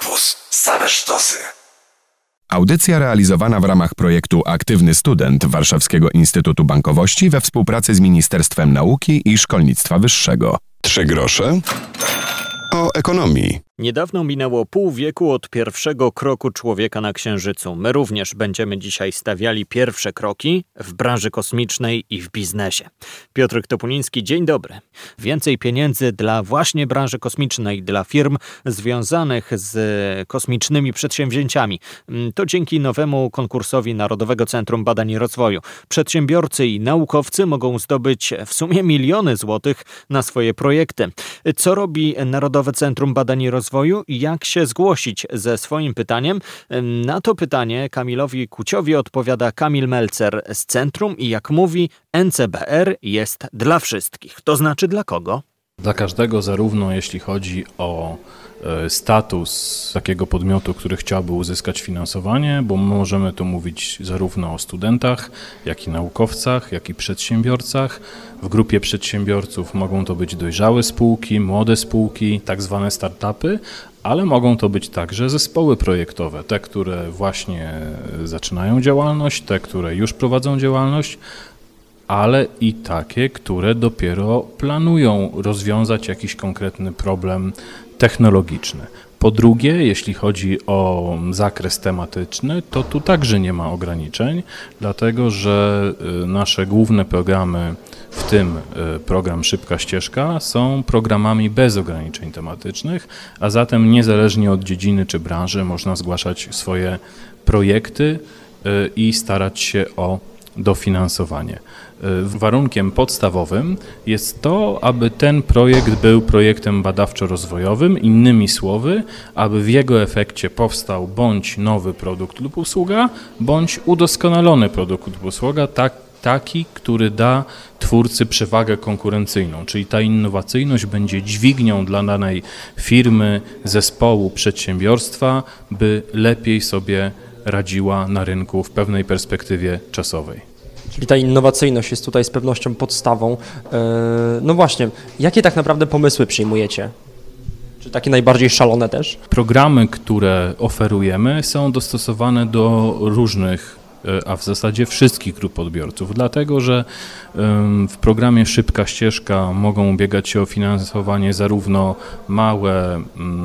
Campus. Same sztosy. Audycja realizowana w ramach projektu Aktywny Student Warszawskiego Instytutu Bankowości we współpracy z Ministerstwem Nauki i Szkolnictwa Wyższego. 3 grosze o ekonomii. Niedawno minęło pół wieku od pierwszego kroku człowieka na Księżycu. My również będziemy dzisiaj stawiali pierwsze kroki w branży kosmicznej i w biznesie. Piotrek Topuliński, dzień dobry. Więcej pieniędzy dla właśnie branży kosmicznej, dla firm związanych z kosmicznymi przedsięwzięciami. To dzięki nowemu konkursowi Narodowego Centrum Badań i Rozwoju. Przedsiębiorcy i naukowcy mogą zdobyć w sumie miliony złotych na swoje projekty. Co robi Narodowe Centrum Badań i Rozwoju i jak się zgłosić ze swoim pytaniem? Na to pytanie Kamilowi Kuciowi odpowiada Kamil Melcer z Centrum i jak mówi, NCBR jest dla wszystkich. To znaczy dla kogo? Dla każdego, zarówno jeśli chodzi o status takiego podmiotu, który chciałby uzyskać finansowanie, bo możemy tu mówić zarówno o studentach, jak i naukowcach, jak i przedsiębiorcach. W grupie przedsiębiorców mogą to być dojrzałe spółki, młode spółki, tak zwane startupy, ale mogą to być także zespoły projektowe, te, które właśnie zaczynają działalność, te, które już prowadzą działalność, ale i takie, które dopiero planują rozwiązać jakiś konkretny problem technologiczny. Po drugie, jeśli chodzi o zakres tematyczny, to tu także nie ma ograniczeń, dlatego że nasze główne programy, w tym program Szybka Ścieżka, są programami bez ograniczeń tematycznych, a zatem niezależnie od dziedziny czy branży można zgłaszać swoje projekty i starać się o dofinansowanie. Warunkiem podstawowym jest to, aby ten projekt był projektem badawczo-rozwojowym, innymi słowy, aby w jego efekcie powstał bądź nowy produkt lub usługa, bądź udoskonalony produkt lub usługa, taki, który da twórcy przewagę konkurencyjną, czyli ta innowacyjność będzie dźwignią dla danej firmy, zespołu, przedsiębiorstwa, by lepiej sobie radziła na rynku w pewnej perspektywie czasowej. Czyli ta innowacyjność jest tutaj z pewnością podstawą. No właśnie, jakie tak naprawdę pomysły przyjmujecie? Czy takie najbardziej szalone też? Programy, które oferujemy, są dostosowane do różnych, a w zasadzie wszystkich grup odbiorców, dlatego że w programie Szybka Ścieżka mogą ubiegać się o finansowanie zarówno małe,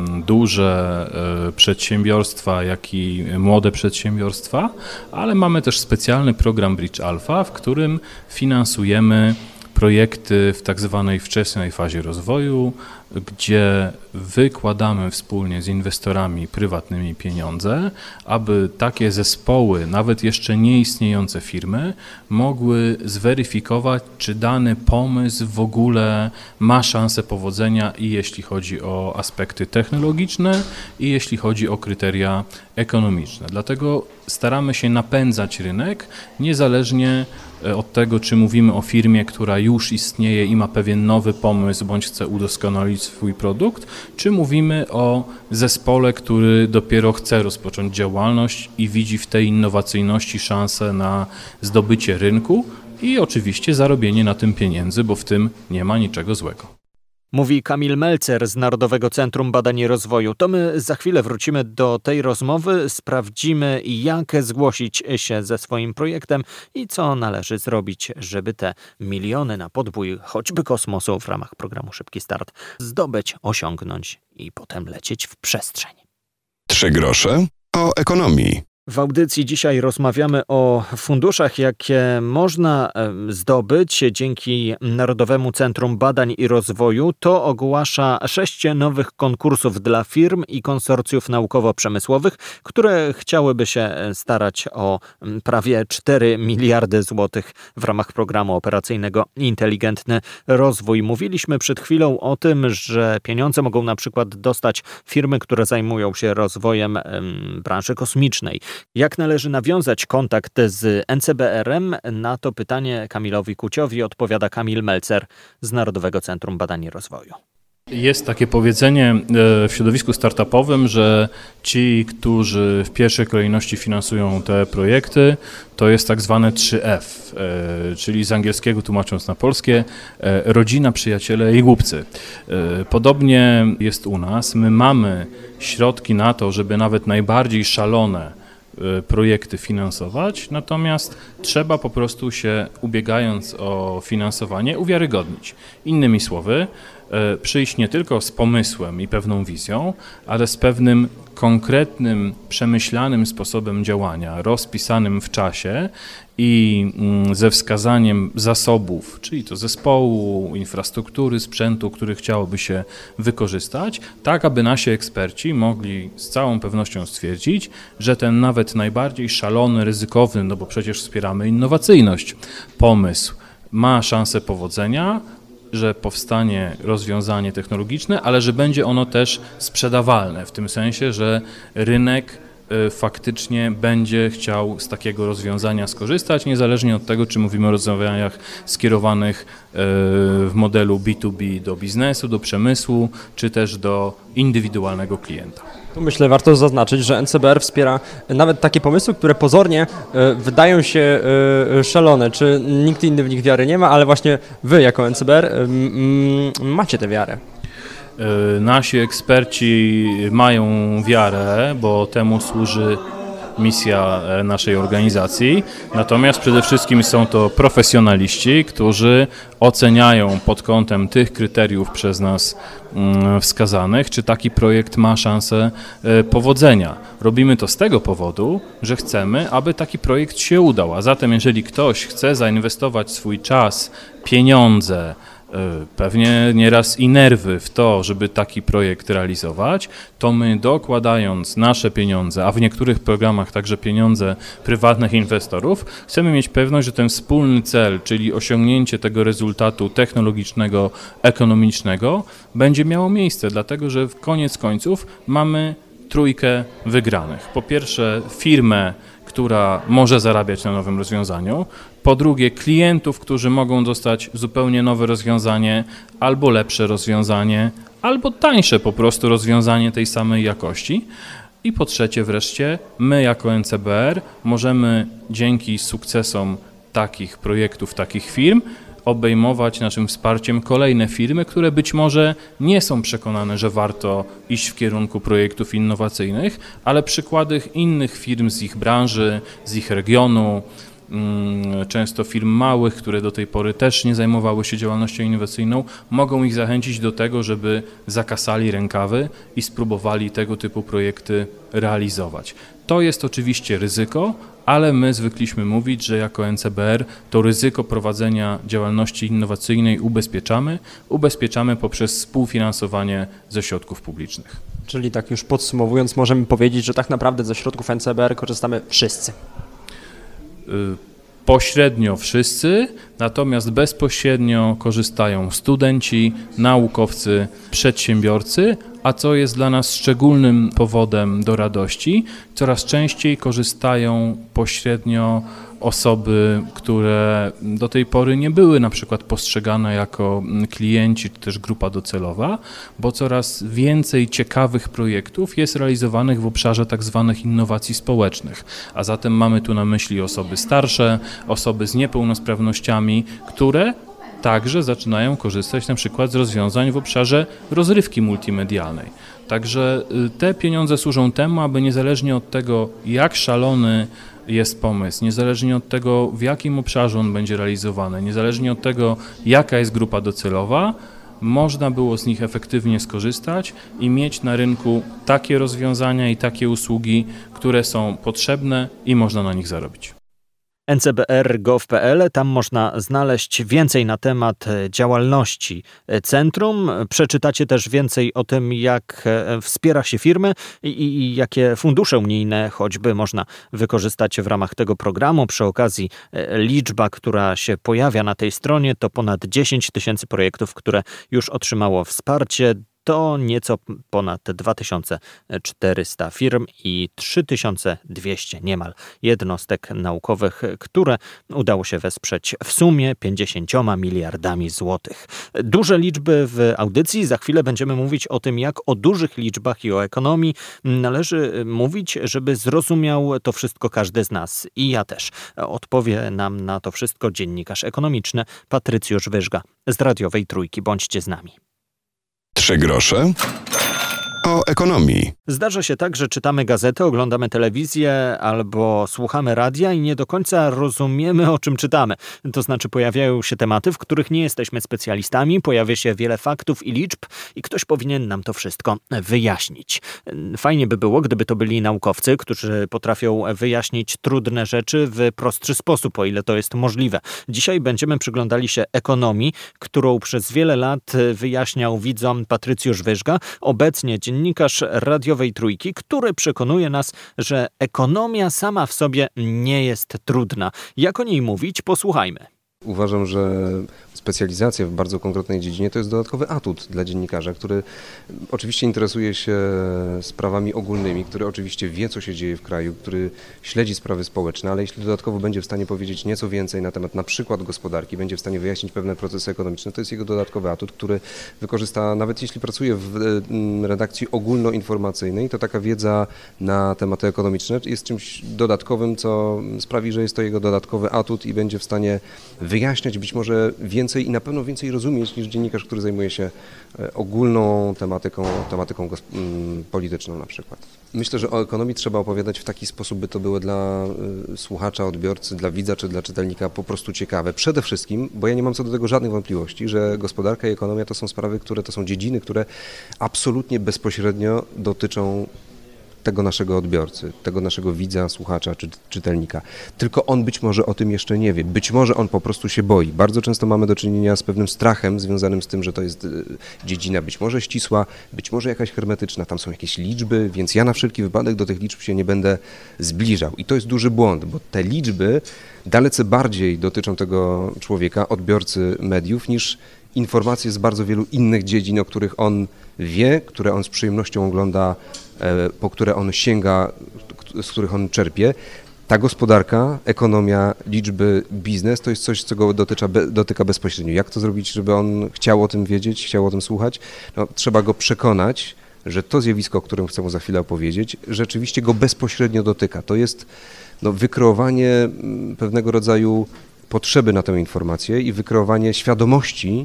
duże przedsiębiorstwa, jak i młode przedsiębiorstwa, ale mamy też specjalny program Bridge Alpha, w którym finansujemy projekty w tak zwanej wczesnej fazie rozwoju, gdzie wykładamy wspólnie z inwestorami prywatnymi pieniądze, aby takie zespoły, nawet jeszcze nieistniejące firmy, mogły zweryfikować, czy dany pomysł w ogóle ma szansę powodzenia i jeśli chodzi o aspekty technologiczne, i jeśli chodzi o kryteria ekonomiczne. Dlatego staramy się napędzać rynek, niezależnie od tego, czy mówimy o firmie, która już istnieje i ma pewien nowy pomysł, bądź chce udoskonalić swój produkt, czy mówimy o zespole, który dopiero chce rozpocząć działalność i widzi w tej innowacyjności szansę na zdobycie rynku i oczywiście zarobienie na tym pieniędzy, bo w tym nie ma niczego złego. Mówi Kamil Melcer z Narodowego Centrum Badań i Rozwoju. To my za chwilę wrócimy do tej rozmowy, sprawdzimy, jak zgłosić się ze swoim projektem i co należy zrobić, żeby te miliony na podbój choćby kosmosu w ramach programu Szybki Start zdobyć, osiągnąć i potem lecieć w przestrzeń. 3 grosze o ekonomii. W audycji dzisiaj rozmawiamy o funduszach, jakie można zdobyć dzięki Narodowemu Centrum Badań i Rozwoju. To ogłasza 6 nowych konkursów dla firm i konsorcjów naukowo-przemysłowych, które chciałyby się starać o prawie 4 miliardy złotych w ramach programu operacyjnego Inteligentny Rozwój. Mówiliśmy przed chwilą o tym, że pieniądze mogą na przykład dostać firmy, które zajmują się rozwojem branży kosmicznej. Jak należy nawiązać kontakt z NCBR-em? Na to pytanie Kamilowi Kuciowi odpowiada Kamil Melcer z Narodowego Centrum Badań i Rozwoju. Jest takie powiedzenie w środowisku startupowym, że ci, którzy w pierwszej kolejności finansują te projekty, to jest tak zwane 3F, czyli z angielskiego tłumacząc na polskie, rodzina, przyjaciele i głupcy. Podobnie jest u nas. My mamy środki na to, żeby nawet najbardziej szalone projekty finansować, natomiast trzeba po prostu się, ubiegając o finansowanie, uwiarygodnić. Innymi słowy, przyjść nie tylko z pomysłem i pewną wizją, ale z pewnym konkretnym, przemyślanym sposobem działania, rozpisanym w czasie i ze wskazaniem zasobów, czyli to zespołu, infrastruktury, sprzętu, który chciałoby się wykorzystać, tak aby nasi eksperci mogli z całą pewnością stwierdzić, że ten nawet najbardziej szalony, ryzykowny, no bo przecież wspieramy innowacyjność, pomysł ma szansę powodzenia, że powstanie rozwiązanie technologiczne, ale że będzie ono też sprzedawalne, w tym sensie, że rynek faktycznie będzie chciał z takiego rozwiązania skorzystać, niezależnie od tego, czy mówimy o rozwiązaniach skierowanych w modelu B2B do biznesu, do przemysłu, czy też do indywidualnego klienta. Tu myślę, warto zaznaczyć, że NCBR wspiera nawet takie pomysły, które pozornie wydają się szalone, czy nikt inny w nich wiary nie ma, ale właśnie wy jako NCBR macie tę wiarę. Nasi eksperci mają wiarę, bo temu służy misja naszej organizacji, natomiast przede wszystkim są to profesjonaliści, którzy oceniają pod kątem tych kryteriów przez nas wskazanych, czy taki projekt ma szansę powodzenia. Robimy to z tego powodu, że chcemy, aby taki projekt się udał, a zatem jeżeli ktoś chce zainwestować swój czas, pieniądze, pewnie nieraz i nerwy w to, żeby taki projekt realizować, to my dokładając nasze pieniądze, a w niektórych programach także pieniądze prywatnych inwestorów, chcemy mieć pewność, że ten wspólny cel, czyli osiągnięcie tego rezultatu technologicznego, ekonomicznego, będzie miało miejsce, dlatego że w koniec końców mamy trójkę wygranych. Po pierwsze firmę, która może zarabiać na nowym rozwiązaniu, po drugie klientów, którzy mogą dostać zupełnie nowe rozwiązanie, albo lepsze rozwiązanie, albo tańsze po prostu rozwiązanie tej samej jakości. I po trzecie wreszcie, my jako NCBR możemy dzięki sukcesom takich projektów, takich firm, obejmować naszym wsparciem kolejne firmy, które być może nie są przekonane, że warto iść w kierunku projektów innowacyjnych, ale przykłady innych firm z ich branży, z ich regionu, często firm małych, które do tej pory też nie zajmowały się działalnością innowacyjną, mogą ich zachęcić do tego, żeby zakasali rękawy i spróbowali tego typu projekty realizować. To jest oczywiście ryzyko, ale my zwykliśmy mówić, że jako NCBR to ryzyko prowadzenia działalności innowacyjnej ubezpieczamy poprzez współfinansowanie ze środków publicznych. Czyli tak już podsumowując, możemy powiedzieć, że tak naprawdę ze środków NCBR korzystamy wszyscy. Pośrednio wszyscy, natomiast bezpośrednio korzystają studenci, naukowcy, przedsiębiorcy, a co jest dla nas szczególnym powodem do radości, coraz częściej korzystają pośrednio osoby, które do tej pory nie były na przykład postrzegane jako klienci czy też grupa docelowa, bo coraz więcej ciekawych projektów jest realizowanych w obszarze tak zwanych innowacji społecznych, a zatem mamy tu na myśli osoby starsze, osoby z niepełnosprawnościami, które także zaczynają korzystać na przykład z rozwiązań w obszarze rozrywki multimedialnej. Także te pieniądze służą temu, aby niezależnie od tego, jak szalony jest pomysł, niezależnie od tego, w jakim obszarze on będzie realizowany, niezależnie od tego, jaka jest grupa docelowa, można było z nich efektywnie skorzystać i mieć na rynku takie rozwiązania i takie usługi, które są potrzebne i można na nich zarobić. ncbr.gov.pl, tam można znaleźć więcej na temat działalności centrum. Przeczytacie też więcej o tym, jak wspiera się firmy i jakie fundusze unijne choćby można wykorzystać w ramach tego programu. Przy okazji liczba, która się pojawia na tej stronie, to ponad 10 000 projektów, które już otrzymało wsparcie. To nieco ponad 2400 firm i 3200 niemal jednostek naukowych, które udało się wesprzeć w sumie 50 miliardami złotych. Duże liczby w audycji. Za chwilę będziemy mówić o tym, jak o dużych liczbach i o ekonomii należy mówić, żeby zrozumiał to wszystko każdy z nas. I ja też. Odpowie nam na to wszystko dziennikarz ekonomiczny Patrycjusz Wyżga z Radiowej Trójki. Bądźcie z nami. 3 grosze o ekonomii. Zdarza się tak, że czytamy gazetę, oglądamy telewizję albo słuchamy radia i nie do końca rozumiemy, o czym czytamy. To znaczy pojawiają się tematy, w których nie jesteśmy specjalistami, pojawia się wiele faktów i liczb i ktoś powinien nam to wszystko wyjaśnić. Fajnie by było, gdyby to byli naukowcy, którzy potrafią wyjaśnić trudne rzeczy w prostszy sposób, o ile to jest możliwe. Dzisiaj będziemy przyglądali się ekonomii, którą przez wiele lat wyjaśniał widzom Patrycjusz Wyżga, obecnie dziennikarz Radiowej Trójki, który przekonuje nas, że ekonomia sama w sobie nie jest trudna. Jak o niej mówić? Posłuchajmy. Uważam, że specjalizacja w bardzo konkretnej dziedzinie to jest dodatkowy atut dla dziennikarza, który oczywiście interesuje się sprawami ogólnymi, który oczywiście wie, co się dzieje w kraju, który śledzi sprawy społeczne, ale jeśli dodatkowo będzie w stanie powiedzieć nieco więcej na temat na przykład gospodarki, będzie w stanie wyjaśnić pewne procesy ekonomiczne, to jest jego dodatkowy atut, który wykorzysta, nawet jeśli pracuje w redakcji ogólnoinformacyjnej, to taka wiedza na tematy ekonomiczne jest czymś dodatkowym, co sprawi, że jest to jego dodatkowy atut i będzie w stanie wyjaśniać być może więcej i na pewno więcej rozumieć niż dziennikarz, który zajmuje się ogólną tematyką polityczną na przykład. Myślę, że o ekonomii trzeba opowiadać w taki sposób, by to było dla słuchacza, odbiorcy, dla widza czy dla czytelnika po prostu ciekawe. Przede wszystkim, bo ja nie mam co do tego żadnych wątpliwości, że gospodarka i ekonomia to są sprawy, to są dziedziny, które absolutnie bezpośrednio dotyczą tego naszego odbiorcy, tego naszego widza, słuchacza czy czytelnika. Tylko on być może o tym jeszcze nie wie. Być może on po prostu się boi. Bardzo często mamy do czynienia z pewnym strachem związanym z tym, że to jest dziedzina być może ścisła, być może jakaś hermetyczna, tam są jakieś liczby, więc ja na wszelki wypadek do tych liczb się nie będę zbliżał. I to jest duży błąd, bo te liczby dalece bardziej dotyczą tego człowieka, odbiorcy mediów, niż informacje z bardzo wielu innych dziedzin, o których on wie, które on z przyjemnością ogląda, po które on sięga, z których on czerpie. Ta gospodarka, ekonomia, liczby, biznes to jest coś, co go dotyka bezpośrednio. Jak to zrobić, żeby on chciał o tym wiedzieć, chciał o tym słuchać? No, trzeba go przekonać, że to zjawisko, o którym chcę mu za chwilę opowiedzieć, rzeczywiście go bezpośrednio dotyka. To jest wykreowanie pewnego rodzaju potrzeby na tę informację i wykreowanie świadomości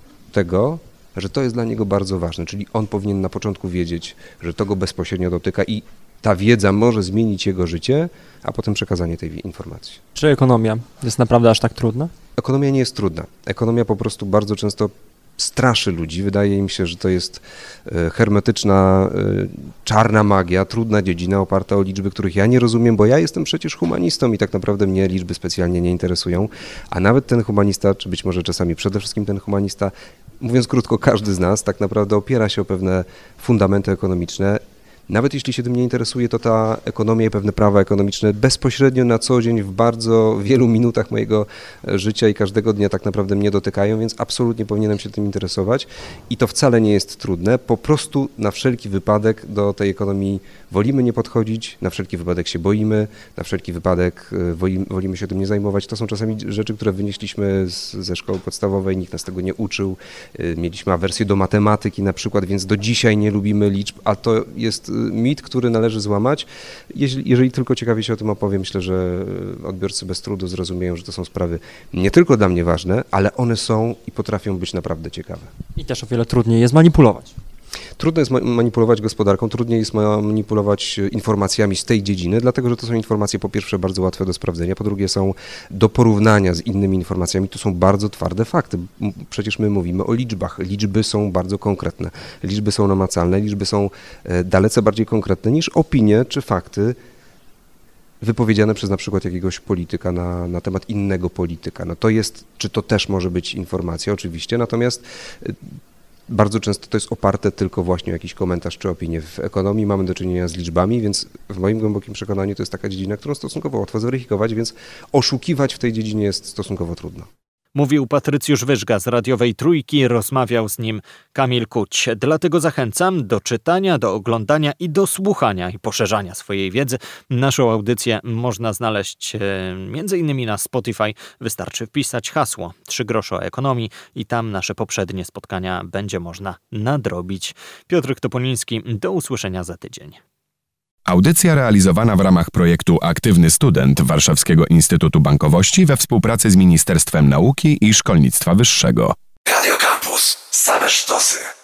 tego, że to jest dla niego bardzo ważne, czyli on powinien na początku wiedzieć, że to go bezpośrednio dotyka i ta wiedza może zmienić jego życie, a potem przekazanie tej informacji. Czy ekonomia jest naprawdę aż tak trudna? Ekonomia nie jest trudna. Ekonomia po prostu bardzo często straszy ludzi. Wydaje im się, że to jest hermetyczna, czarna magia, trudna dziedzina oparta o liczby, których ja nie rozumiem, bo ja jestem przecież humanistą i tak naprawdę mnie liczby specjalnie nie interesują, a nawet ten humanista, czy być może czasami przede wszystkim ten humanista, mówiąc krótko, każdy z nas tak naprawdę opiera się o pewne fundamenty ekonomiczne. Nawet jeśli się tym nie interesuje, to ta ekonomia i pewne prawa ekonomiczne bezpośrednio na co dzień w bardzo wielu minutach mojego życia i każdego dnia tak naprawdę mnie dotykają, więc absolutnie powinienem się tym interesować i to wcale nie jest trudne. Po prostu na wszelki wypadek do tej ekonomii wolimy nie podchodzić, na wszelki wypadek się boimy, na wszelki wypadek wolimy się tym nie zajmować. To są czasami rzeczy, które wynieśliśmy ze szkoły podstawowej, nikt nas tego nie uczył. Mieliśmy awersję do matematyki na przykład, więc do dzisiaj nie lubimy liczb, a to jest mit, który należy złamać. Jeżeli tylko ciekawie się o tym opowiem, myślę, że odbiorcy bez trudu zrozumieją, że to są sprawy nie tylko dla mnie ważne, ale one są i potrafią być naprawdę ciekawe. I też o wiele trudniej jest manipulować. Trudno jest manipulować gospodarką, trudniej jest manipulować informacjami z tej dziedziny, dlatego że to są informacje po pierwsze bardzo łatwe do sprawdzenia, po drugie są do porównania z innymi informacjami, to są bardzo twarde fakty. Przecież my mówimy o liczbach, liczby są bardzo konkretne, liczby są namacalne, liczby są dalece bardziej konkretne niż opinie czy fakty wypowiedziane przez na przykład jakiegoś polityka na temat innego polityka. No to jest, czy to też może być informacja oczywiście, natomiast bardzo często to jest oparte tylko właśnie o jakiś komentarz czy opinię. W ekonomii mamy do czynienia z liczbami, więc w moim głębokim przekonaniu to jest taka dziedzina, którą stosunkowo łatwo zweryfikować, więc oszukiwać w tej dziedzinie jest stosunkowo trudno. Mówił Patrycjusz Wyżga z radiowej Trójki, rozmawiał z nim Kamil Kuć. Dlatego zachęcam do czytania, do oglądania i do słuchania i poszerzania swojej wiedzy. Naszą audycję można znaleźć m.in. na Spotify. Wystarczy wpisać hasło 3 grosze o ekonomii i tam nasze poprzednie spotkania będzie można nadrobić. Piotrek Topuliński, do usłyszenia za tydzień. Audycja realizowana w ramach projektu Aktywny Student Warszawskiego Instytutu Bankowości we współpracy z Ministerstwem Nauki i Szkolnictwa Wyższego. Radio Campus. Same sztosy.